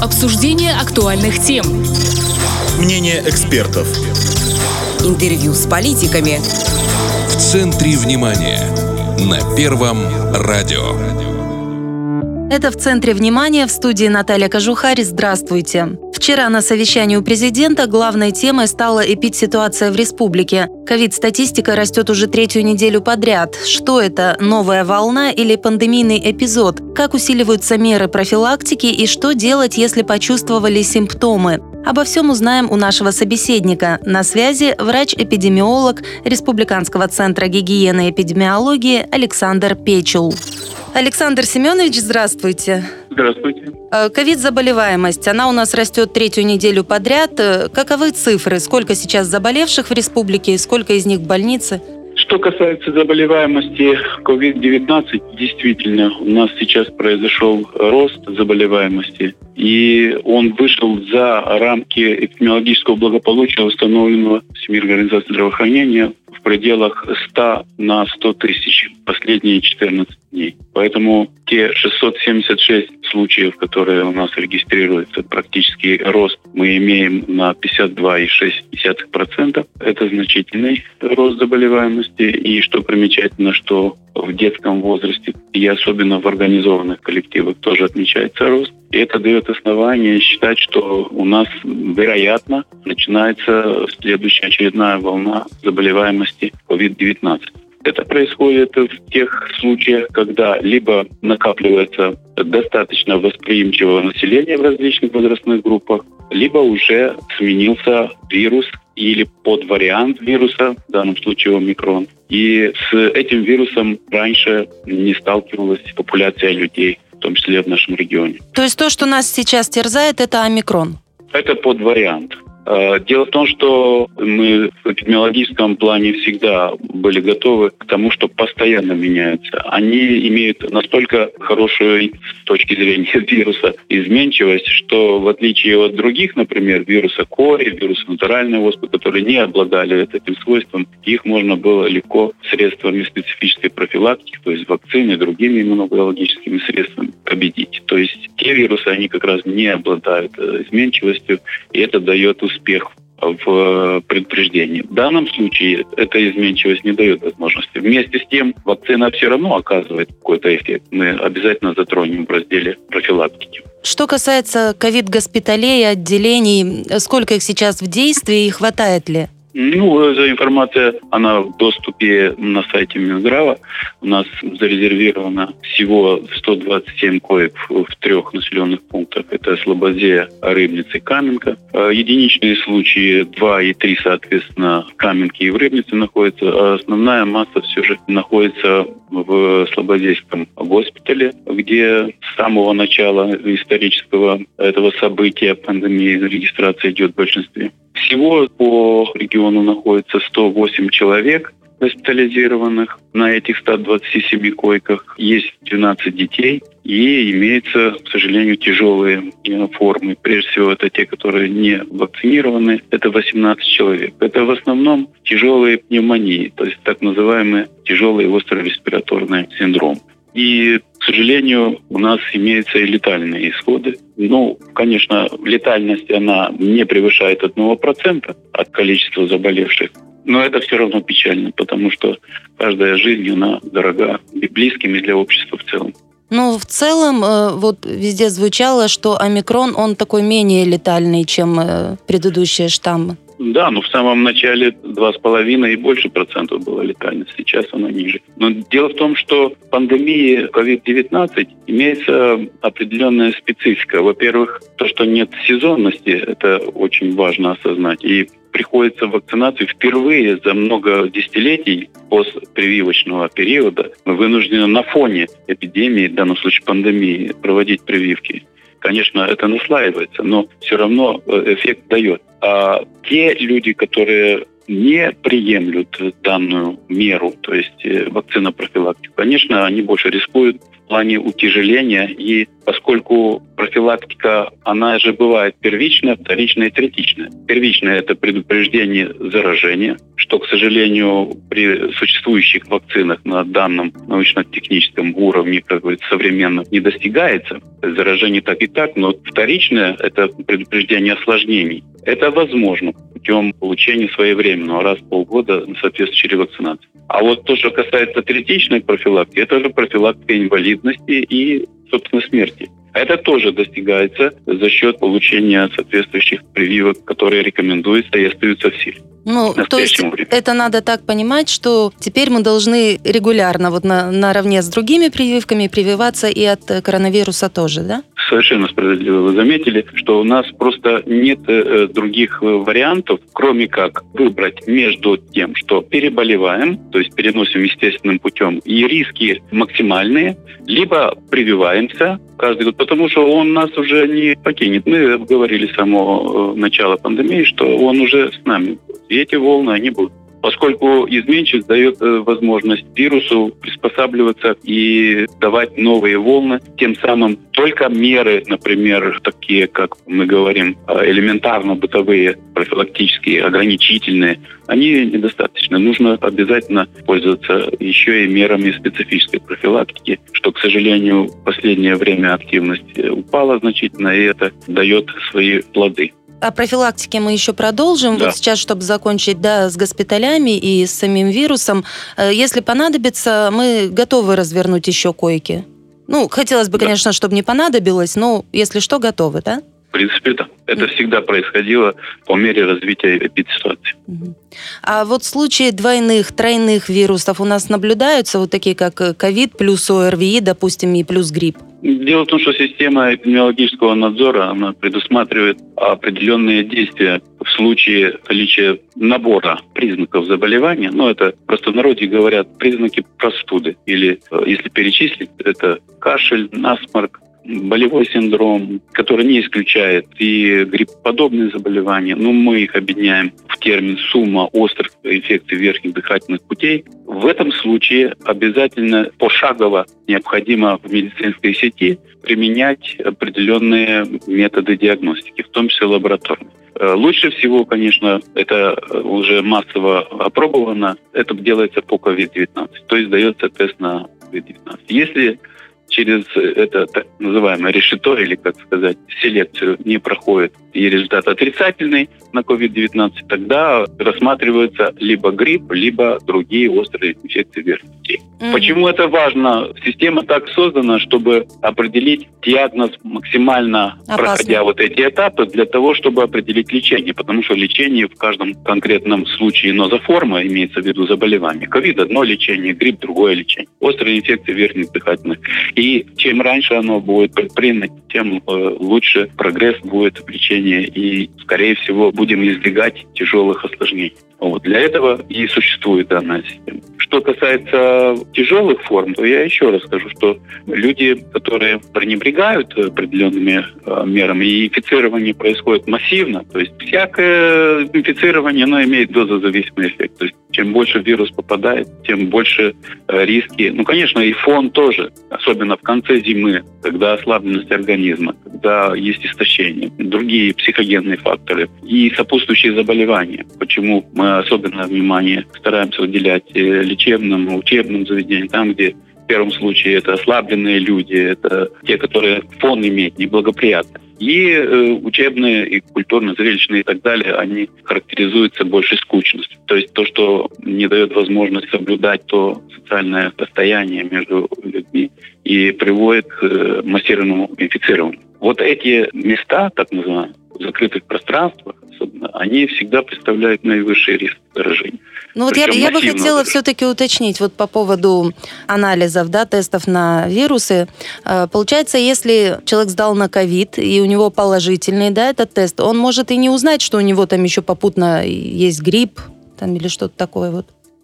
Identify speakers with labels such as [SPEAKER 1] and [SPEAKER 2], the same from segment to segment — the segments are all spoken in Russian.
[SPEAKER 1] Обсуждение актуальных тем.
[SPEAKER 2] Мнение экспертов.
[SPEAKER 3] Интервью с политиками.
[SPEAKER 4] В центре внимания. На Первом радио.
[SPEAKER 5] Это «В центре внимания», в студии Наталья Кожухарь. Здравствуйте. Вчера на совещании у президента главной темой стала эпидситуация в республике. Ковид-статистика растет уже третью неделю подряд. Что это, новая волна или пандемийный эпизод? Как усиливаются меры профилактики и что делать, если почувствовали симптомы? Обо всем узнаем у нашего собеседника. На связи врач-эпидемиолог Республиканского центра гигиены и эпидемиологии Александр Печул. Александр Семенович, здравствуйте.
[SPEAKER 6] Здравствуйте.
[SPEAKER 5] Ковид-заболеваемость, она у нас растет третью неделю подряд. Каковы цифры? Сколько сейчас заболевших в республике и сколько из них в больнице?
[SPEAKER 6] Что касается заболеваемости COVID-19, действительно, у нас сейчас произошел рост заболеваемости, и он вышел за рамки эпидемиологического благополучия, установленного Всемирной организацией здравоохранения, в пределах 100 на 100 тысяч последние 14 дней. Поэтому те 676 случаев, которые у нас регистрируются, практически рост мы имеем на 52,6%. Это значительный рост заболеваемости. И что примечательно, что в детском возрасте и особенно в организованных коллективах тоже отмечается рост. И это дает основание считать, что у нас, вероятно, начинается следующая очередная волна заболеваемости COVID-19. Это происходит в тех случаях, когда либо накапливается достаточно восприимчивого населения в различных возрастных группах, либо уже сменился вирус или подвариант вируса, в данном случае омикрон. И с этим вирусом раньше не сталкивалась популяция людей, в том числе в нашем регионе.
[SPEAKER 5] То есть то, что нас сейчас терзает, это омикрон?
[SPEAKER 6] Это подвариант. Дело в том, что мы в эпидемиологическом плане всегда были готовы к тому, что постоянно меняются. Они имеют настолько хорошую с точки зрения вируса изменчивость, что в отличие от других, например, вируса кори, вируса натуральной оспы, которые не обладали этим свойством, их можно было легко средствами специфической профилактики, то есть вакцины и другими иммунологическими средствами победить. То есть те вирусы, они как раз не обладают изменчивостью, и это дает успех в предупреждении. В данном случае эта изменчивость не дает возможности. Вместе с тем вакцина все равно оказывает какой-то эффект. Мы обязательно затронем в разделе профилактики.
[SPEAKER 5] Что касается ковид-госпиталей, отделений, сколько их сейчас в действии и хватает ли?
[SPEAKER 6] Эта информация, она в доступе на сайте Минздрава. У нас зарезервировано всего 127 коек в 3 населенных пунктах. Это Слободея, Рыбница и Каменка. Единичные случаи 2 и 3, соответственно, в Каменке и в Рыбнице находятся. А основная масса все же находится в Слободейском госпитале, где с самого начала исторического этого события пандемии регистрация идет в большинстве. Всего по региону находится 108 человек госпитализированных. На этих 127 койках есть 12 детей. И имеются, к сожалению, тяжелые формы. Прежде всего, это те, которые не вакцинированы. Это 18 человек. Это в основном тяжелые пневмонии, то есть так называемый тяжелый остро-респираторный синдром. И, к сожалению, у нас имеются и летальные исходы. Конечно, летальность, она не превышает 1% от количества заболевших. Но это все равно печально, потому что каждая жизнь, она дорога и близким, и для общества в целом.
[SPEAKER 5] В целом, везде звучало, что омикрон, он такой менее летальный, чем предыдущие штаммы.
[SPEAKER 6] Да, в самом начале 2,5 и больше процентов была летальность, сейчас она ниже. Но дело в том, что в пандемии COVID-19 имеется определенная специфика. Во-первых, то, что нет сезонности, это очень важно осознать. И приходится вакцинацию впервые за много десятилетий постпрививочного периода. Мы вынуждены на фоне эпидемии, в данном случае пандемии, проводить прививки. Конечно, это наслаивается, но все равно эффект дает. А те люди, которые не приемлют данную меру, то есть вакцинопрофилактику, конечно, они больше рискуют в плане утяжеления. И поскольку профилактика, она же бывает первичная, вторичная и третичная. Первичная – это предупреждение заражения, что, к сожалению, при существующих вакцинах на данном научно-техническом уровне, как говорится, современно не достигается. Заражение так и так, но вторичное – это предупреждение осложнений. Это возможно путем получения своевременного раз в полгода соответствующей ревакцинации. А вот то, что касается третичной профилактики, это же профилактика инвалидности и, собственно, смерти. Это тоже достигается за счет получения соответствующих прививок, которые рекомендуются и остаются в силе.
[SPEAKER 5] Ну, то есть это надо так понимать, что теперь мы должны регулярно, вот наравне с другими прививками, прививаться и от коронавируса тоже, да?
[SPEAKER 6] Совершенно справедливо вы заметили, что у нас просто нет других вариантов, кроме как выбрать между тем, что переболеваем, то есть переносим естественным путем, и риски максимальные, либо прививаемся каждый год, потому что он нас уже не покинет. Мы говорили с самого начала пандемии, что он уже с нами. И эти волны, они будут. Поскольку изменчивость дает возможность вирусу приспосабливаться и давать новые волны, тем самым только меры, например, такие, как мы говорим, элементарно-бытовые, профилактические, ограничительные, они недостаточны. Нужно обязательно пользоваться еще и мерами специфической профилактики, что, к сожалению, в последнее время активность упала значительно, и это дает свои плоды.
[SPEAKER 5] О профилактике мы еще продолжим.
[SPEAKER 6] Да.
[SPEAKER 5] Вот сейчас, чтобы закончить, с госпиталями и с самим вирусом. Если понадобится, мы готовы развернуть еще койки. Ну, хотелось бы, конечно, чтобы не понадобилось, но если что, готовы, да?
[SPEAKER 6] В принципе, да. Это всегда происходило по мере развития эпидситуации.
[SPEAKER 5] А вот случаи двойных, тройных вирусов у нас наблюдаются, вот такие как ковид плюс ОРВИ, допустим, и плюс грипп?
[SPEAKER 6] Дело в том, что система эпидемиологического надзора, она предусматривает определенные действия в случае наличия набора признаков заболевания. Но это в простонародье говорят признаки простуды. Или, если перечислить, это кашель, насморк, болевой синдром, который не исключает и гриппоподобные заболевания, но мы их объединяем в термин сумма острых инфекций верхних дыхательных путей. В этом случае обязательно пошагово необходимо в медицинской сети применять определенные методы диагностики, в том числе лабораторные. Лучше всего, конечно, это уже массово опробовано, это делается по COVID-19, то есть дается тест на COVID-19. Если через это так называемое решето, или, как сказать, селекцию не проходит, и результат отрицательный на COVID-19, тогда рассматривается либо грипп, либо другие острые инфекции верхних путей. Почему это важно? Система так создана, чтобы определить диагноз максимально проходя вот эти этапы, для того, чтобы определить лечение. Потому что лечение в каждом конкретном случае нозоформа, имеется в виду заболевание. ковид – одно лечение, грипп – другое лечение. Острые инфекции верхних дыхательных. И чем раньше оно будет предпринято, тем лучше прогресс будет в лечении, и, скорее всего, будем избегать тяжелых осложнений. Вот. Для этого и существует данная система. Что касается тяжелых форм, то я еще раз скажу, что люди, которые пренебрегают определенными мерами, и инфицирование происходит массивно, то есть всякое инфицирование, оно имеет дозозависимый эффект. То есть чем больше вирус попадает, тем больше риски. Ну, конечно, и фон тоже, особенно в конце зимы, когда ослабленность организма, когда есть истощение, другие психогенные факторы и сопутствующие заболевания. Почему мы особенное внимание стараемся уделять лечебным, учебным заведениям, там, где в первом случае это ослабленные люди, это те, которые фон имеют неблагоприятный. И учебные, и культурно-зрелищные и так далее, они характеризуются большей скучностью. То есть то, что не дает возможность соблюдать то социальное расстояние между людьми и приводит к массированному инфицированию. Вот эти места, так называемые, в закрытых пространствах, особенно, они всегда представляют наивысший риск заражения.
[SPEAKER 5] Ну вот я бы хотела все-таки уточнить вот по поводу анализов, тестов на вирусы. Получается, если человек сдал на ковид, и у него положительный, этот тест, он может и не узнать, что у него там еще попутно есть грипп там, или что-то такое вот?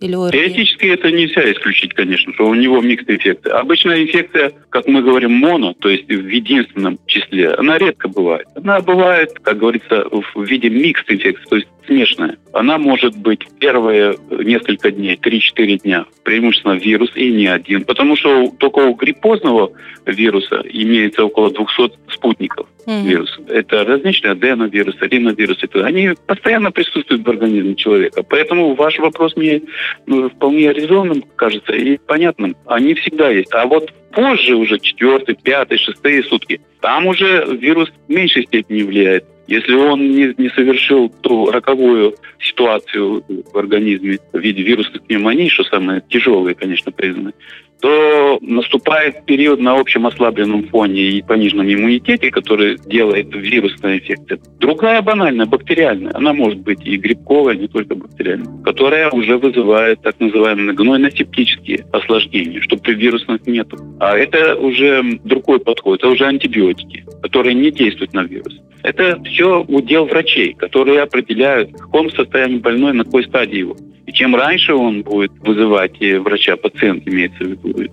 [SPEAKER 5] или ОРВИ?
[SPEAKER 6] Теоретически это нельзя исключить, конечно, что у него миксная инфекция. Обычная инфекция, как мы говорим, моно, то есть в единственном числе, она редко бывает. Она бывает, как говорится, в виде миксной инфекции, то есть смешанная. Она может быть первые несколько дней, 3-4 дня, преимущественно вирус и не один. Потому что только у гриппозного вируса имеется около 200 спутников вируса. Это различные аденовирусы, риновирусы. Они постоянно присутствуют в организме человека. Поэтому ваш вопрос мне вполне резонным кажется и понятным. Они всегда есть. А вот позже, уже 4-й, 5-й, 6-й сутки, там уже вирус в меньшей степени влияет. Если он не совершил ту роковую ситуацию в организме в виде вирусной пневмонии, что самое тяжелые, конечно, признаны, то наступает период на общем ослабленном фоне и пониженном иммунитете, который делает вирусная инфекция. Другая банальная, бактериальная, она может быть и грибковая, не только бактериальная, которая уже вызывает так называемые гнойно-септические осложнения, что при вирусных нету. А это уже другой подход, это уже антибиотики, которые не действуют на вирус. Это все удел врачей, которые определяют, в каком состоянии больной, на какой стадии его. И чем раньше он будет вызывать врача, пациент имеется в виду,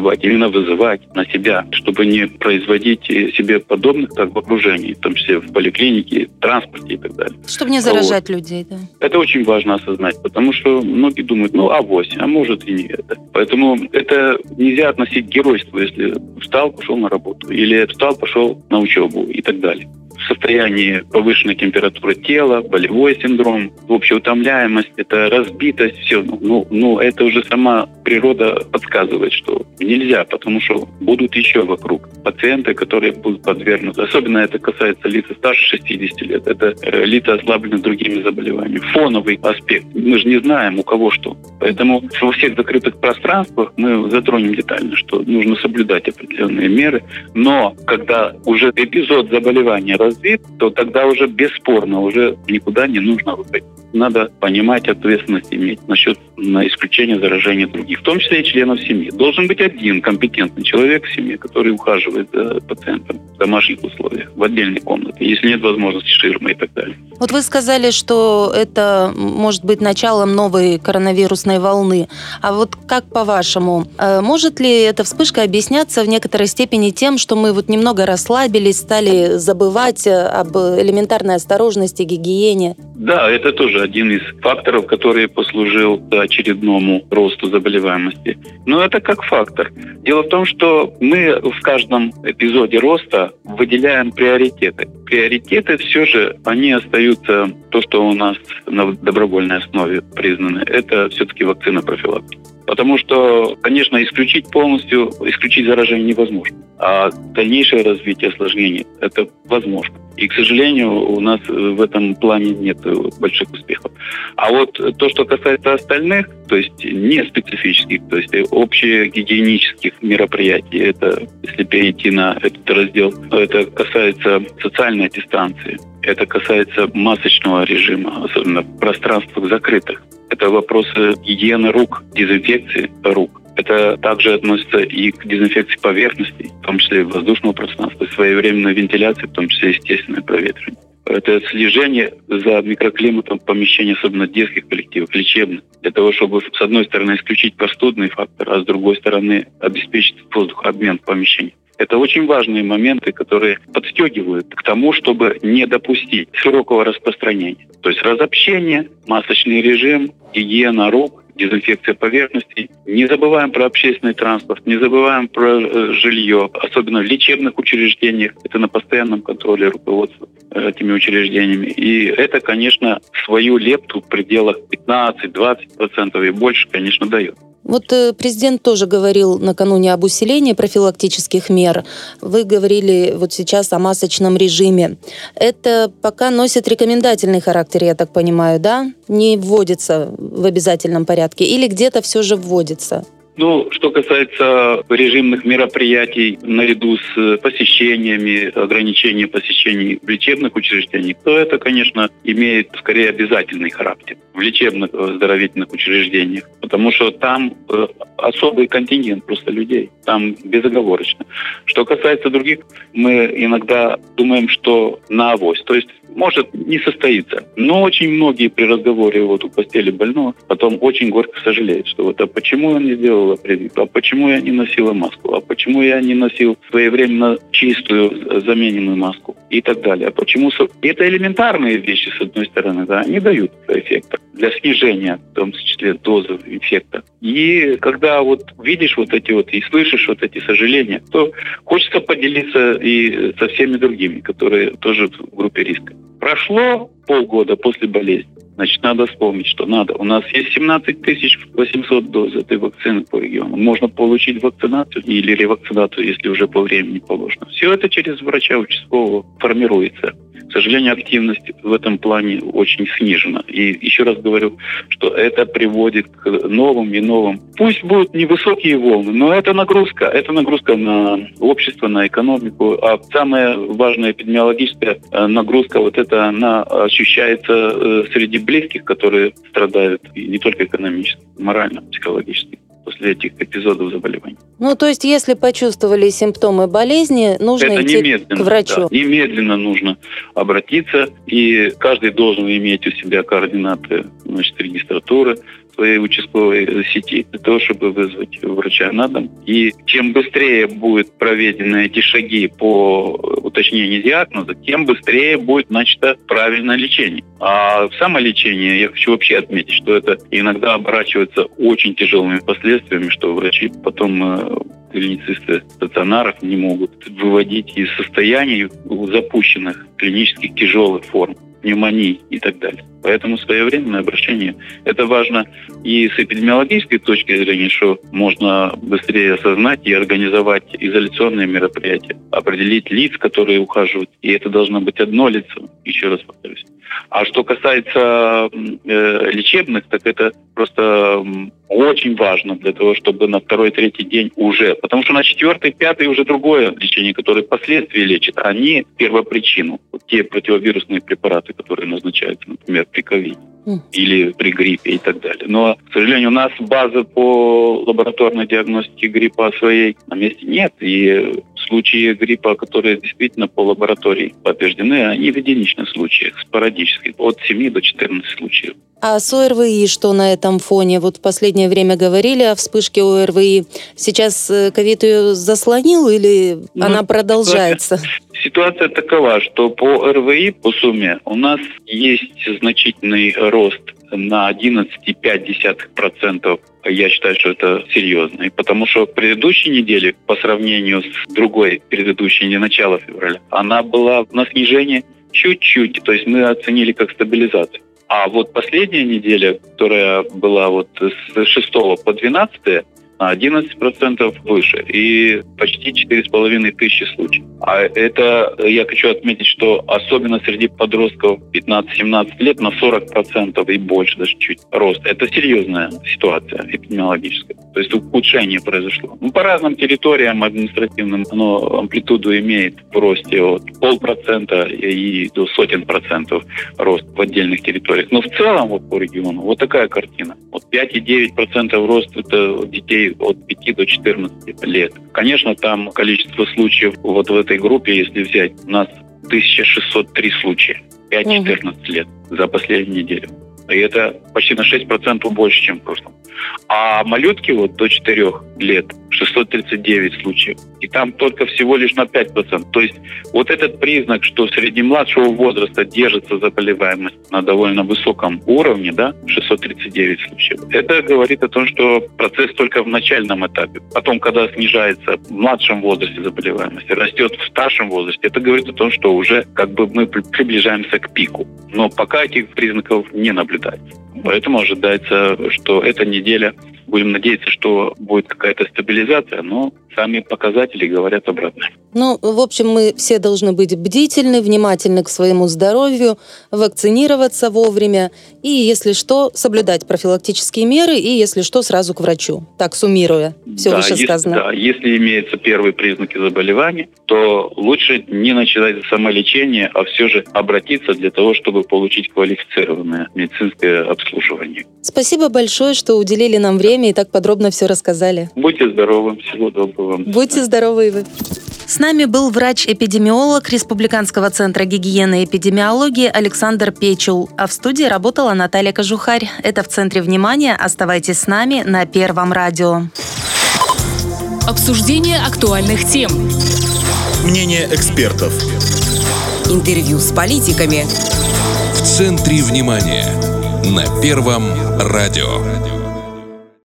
[SPEAKER 6] вызывать на себя, чтобы не производить себе подобных так в окружении, в том числе в поликлинике, в транспорте и так далее.
[SPEAKER 5] Чтобы не заражать людей, да.
[SPEAKER 6] Это очень важно осознать, потому что многие думают, авось, а может и не это. Поэтому это нельзя относить к геройству, если встал, пошел на работу, или встал, пошел на учебу и так далее. В состоянии повышенной температуры тела, болевой синдром, общая утомляемость, это разбитость, все. Это уже сама природа подсказывает, что нельзя, потому что будут еще вокруг пациенты, которые будут подвергнуты. Особенно это касается лиц старше 60 лет. Это лица ослаблены другими заболеваниями. Фоновый аспект. Мы же не знаем, у кого что. Поэтому во всех закрытых пространствах мы затронем детально, что нужно соблюдать определенные меры. Но когда уже эпизод заболевания развит, то тогда уже бесспорно уже никуда не нужно выходить. Надо понимать, ответственность иметь насчет исключения заражения других, в том числе и членов семьи. Должен быть один компетентный человек в семье, который ухаживает за пациентом в домашних условиях, в отдельной комнате, если нет возможности ширмы и так далее.
[SPEAKER 5] Вот вы сказали, что это может быть началом новой коронавирусной волны. А вот как по-вашему, может ли эта вспышка объясняться в некоторой степени тем, что мы немного расслабились, стали забывать об элементарной осторожности, гигиене?
[SPEAKER 6] Да, это тоже один из факторов, который послужил очередному росту заболеваемости. Но это как фактор. Дело в том, что мы в каждом эпизоде роста выделяем приоритеты. Приоритеты все же, они остаются, то, что у нас на добровольной основе признаны, это все-таки вакцина профилактики. Потому что, конечно, исключить заражение невозможно. А дальнейшее развитие осложнений – это возможно. И, к сожалению, у нас в этом плане нет больших успехов. А вот то, что касается остальных, то есть не специфических, то есть общегигиенических мероприятий, это, если перейти на этот раздел, это касается социальной дистанции, это касается масочного режима, особенно в пространствах закрытых. Это вопросы гигиены рук, дезинфекции рук. Это также относится и к дезинфекции поверхностей, в том числе и воздушного пространства, своевременной вентиляции, в том числе естественное проветривание. Это слежение за микроклиматом помещений, особенно детских коллективов, лечебных, для того, чтобы, с одной стороны, исключить простудный фактор, а с другой стороны, обеспечить воздухообмен в помещении. Это очень важные моменты, которые подстегивают к тому, чтобы не допустить широкого распространения. То есть разобщение, масочный режим, гигиена рук, дезинфекция поверхностей. Не забываем про общественный транспорт, не забываем про жилье, особенно в лечебных учреждениях. Это на постоянном контроле руководства этими учреждениями. И это, конечно, свою лепту в пределах 15-20% и больше, конечно, дает.
[SPEAKER 5] Вот президент тоже говорил накануне об усилении профилактических мер. Вы говорили вот сейчас о масочном режиме. Это пока носит рекомендательный характер, я так понимаю, да? Не вводится в обязательном порядке или где-то все же вводится?
[SPEAKER 6] Что касается режимных мероприятий наряду с посещениями, ограничением посещений в лечебных учреждениях, то это, конечно, имеет скорее обязательный характер в лечебных оздоровительных учреждениях, потому что там особый контингент просто людей, там безоговорочно. Что касается других, мы иногда думаем, что на авось, то есть может не состоится. Но очень многие при разговоре вот у постели больного потом очень горько сожалеют, что вот, а почему я не сделала прививку, а почему я не носила маску, а почему я не носил своевременно чистую замененную маску и так далее. А почему... Это элементарные вещи, с одной стороны, да, они дают эффекта для снижения, в том числе, дозы эффекта. И когда вот видишь вот эти вот и слышишь вот эти сожаления, то хочется поделиться и со всеми другими, которые тоже в группе риска. Прошло полгода после болезни, значит, надо вспомнить, что надо. У нас есть 17 800 доз этой вакцины по региону. Можно получить вакцинацию или ревакцинацию, если уже по времени положено. Все это через врача участкового формируется. К сожалению, активность в этом плане очень снижена. И еще раз говорю, что это приводит к новым и новым. Пусть будут невысокие волны, но это нагрузка. Это нагрузка на общество, на экономику. А самая важная эпидемиологическая нагрузка, вот это она ощущается среди близких, которые страдают и не только экономически, морально, психологически после этих эпизодов заболеваний.
[SPEAKER 5] Ну, то есть, если почувствовали симптомы болезни, нужно идти к врачу?
[SPEAKER 6] Да, немедленно нужно обратиться, и каждый должен иметь у себя координаты, значит, регистратуры своей участковой сети для того, чтобы вызвать врача на дом. И чем быстрее будут проведены эти шаги по уточнению диагноза, тем быстрее будет начато правильное лечение. А самолечение, я хочу вообще отметить, что это иногда оборачивается очень тяжелыми последствиями, что врачи потом, клиницисты стационаров, не могут выводить из состояний запущенных клинических тяжелых форм, пневмонии и так далее. Поэтому своевременное обращение – это важно и с эпидемиологической точки зрения, что можно быстрее осознать и организовать изоляционные мероприятия, определить лиц, которые ухаживают, и это должно быть одно лицо, еще раз повторюсь. А что касается лечебных, так это просто очень важно для того, чтобы на 2-3 день уже, потому что на 4-5 уже другое лечение, которое последствия лечит, а не первопричину. Вот те противовирусные препараты, которые назначаются, например, при ковиде или при гриппе и так далее. Но, к сожалению, у нас базы по лабораторной диагностике гриппа своей на месте нет. И случаи гриппа, которые действительно по лаборатории подтверждены, они в единичных случаях, спорадически, от 7 до 14 случаев.
[SPEAKER 5] А с ОРВИ что на этом фоне? Вот в последнее время говорили о вспышке ОРВИ. Сейчас ковид ее заслонил или она продолжается?
[SPEAKER 6] Ситуация такова, что по ОРВИ, по сумме, у нас есть значительный рост на 11,5%. Я считаю, что это серьезно. И потому что в предыдущей неделе, по сравнению с другой предыдущей, не начала февраля, она была на снижении чуть-чуть. То есть мы оценили как стабилизацию. А вот последняя неделя, которая была вот с 6 по 12, на 11% выше и почти 4500 случаев. А это, я хочу отметить, что особенно среди подростков 15-17 лет на 40% и больше, даже чуть рост. Это серьезная ситуация эпидемиологическая. То есть ухудшение произошло. По разным территориям административным оно амплитуду имеет в росте от 0,5% и до 100% рост в отдельных территориях. Но в целом вот по региону вот такая картина. Вот 5,9% рост это детей от 5 до 14 лет. Конечно, там количество случаев вот в этой группе, если взять, у нас 1603 случая, 5-14 лет за последнюю неделю. И это почти на 6% больше, чем в прошлом. А малютки вот до 4 лет 639 случаев. И там только всего лишь на 5%. То есть вот этот признак, что среди младшего возраста держится заболеваемость на довольно высоком уровне, да, 639 случаев, это говорит о том, что процесс только в начальном этапе. Потом, когда снижается в младшем возрасте заболеваемость, растет в старшем возрасте, это говорит о том, что уже как бы мы приближаемся к пику. Но пока этих признаков не наблюдается. Поэтому ожидается, что эта неделя, будем надеяться, что будет какая-то стабилизация, но сами показатели говорят обратное.
[SPEAKER 5] Ну, в общем, мы все должны быть бдительны, внимательны к своему здоровью, вакцинироваться вовремя и, если что, соблюдать профилактические меры и, если что, сразу к врачу. Так, суммируя все вышесказанное.
[SPEAKER 6] Если имеются первые признаки заболевания, то лучше не начинать самолечение, а все же обратиться для того, чтобы получить квалифицированное медицинское обслуживание.
[SPEAKER 5] Спасибо большое, что уделили нам время и так подробно все рассказали.
[SPEAKER 6] Будьте здоровы, всего доброго вам.
[SPEAKER 5] Будьте здоровы и вы. С нами был врач-эпидемиолог Республиканского центра гигиены и эпидемиологии Александр Печул. А в студии работала Наталья Кожухарь. Это «В центре внимания». Оставайтесь с нами на Первом радио.
[SPEAKER 1] Обсуждение актуальных тем.
[SPEAKER 2] Мнение экспертов.
[SPEAKER 3] Интервью с политиками.
[SPEAKER 4] В центре внимания. На Первом радио.